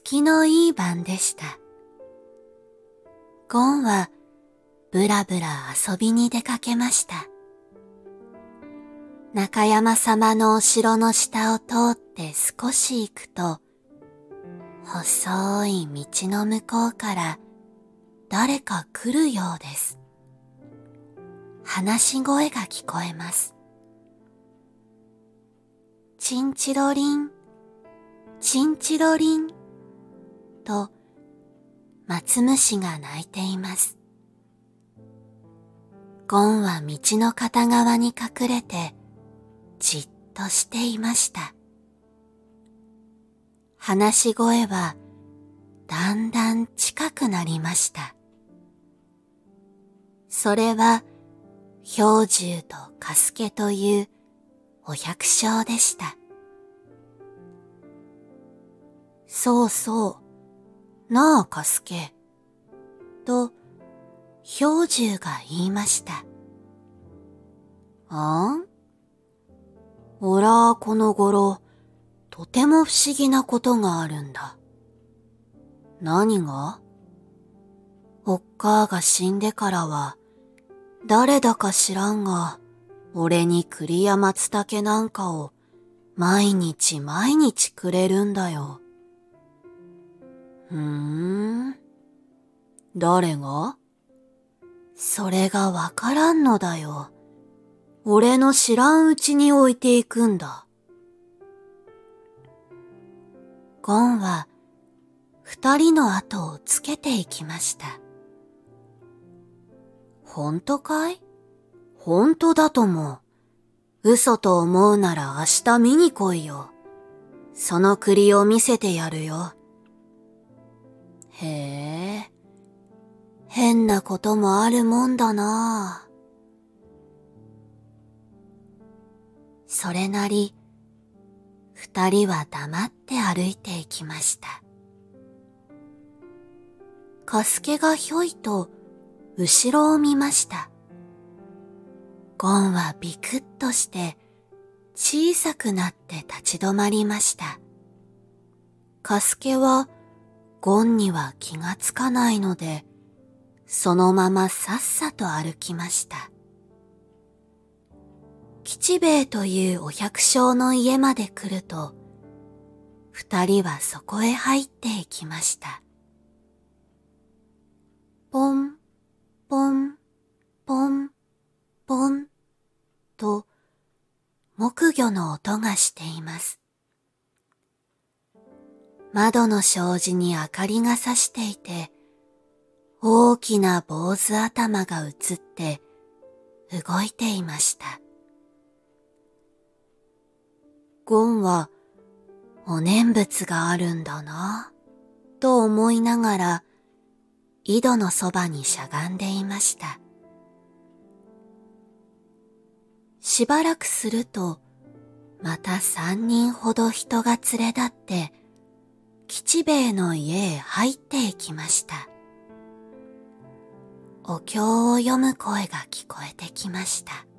きのいい晩でした。ゴンはぶらぶら遊びに出かけました。中山様のお城の下を通って少し行くと、細い道の向こうから誰か来るようです。話し声が聞こえます。チンチロリン、チンチロリンと松虫が鳴いています。ゴンは道の片側に隠れてじっとしていました。話し声はだんだん近くなりました。それは兵十とカスケというお百姓でした。そうそう、なあカスケ、と兵十が言いました。あん？おらこの頃、とても不思議なことがあるんだ。何が？おっかあが死んでからは、誰だか知らんが、俺に栗や松茸なんかを毎日毎日くれるんだよ。誰が？それがわからんのだよ。俺の知らんうちに置いていくんだ。ゴンは二人の後をつけていきました。本当かい？本当だとも。嘘と思うなら明日見に来いよ。その栗を見せてやるよ。へえ、変なこともあるもんだなあ。それなり、二人は黙って歩いていきました。カスケがひょいと後ろを見ました。ゴンはビクッとして小さくなって立ち止まりました。カスケはゴンには気がつかないので、そのままさっさと歩きました。吉兵衛というお百姓の家まで来ると、二人はそこへ入っていきました。ポン、ポン、ポン、ポンと木魚の音がしています。窓の障子に明かりがさしていて、大きな坊主頭が映って動いていました。ゴンはお念仏があるんだなと思いながら井戸のそばにしゃがんでいました。しばらくするとまた3人ほど人が連れ立って吉兵衛の家へ入っていきました。お経を読む声が聞こえてきました。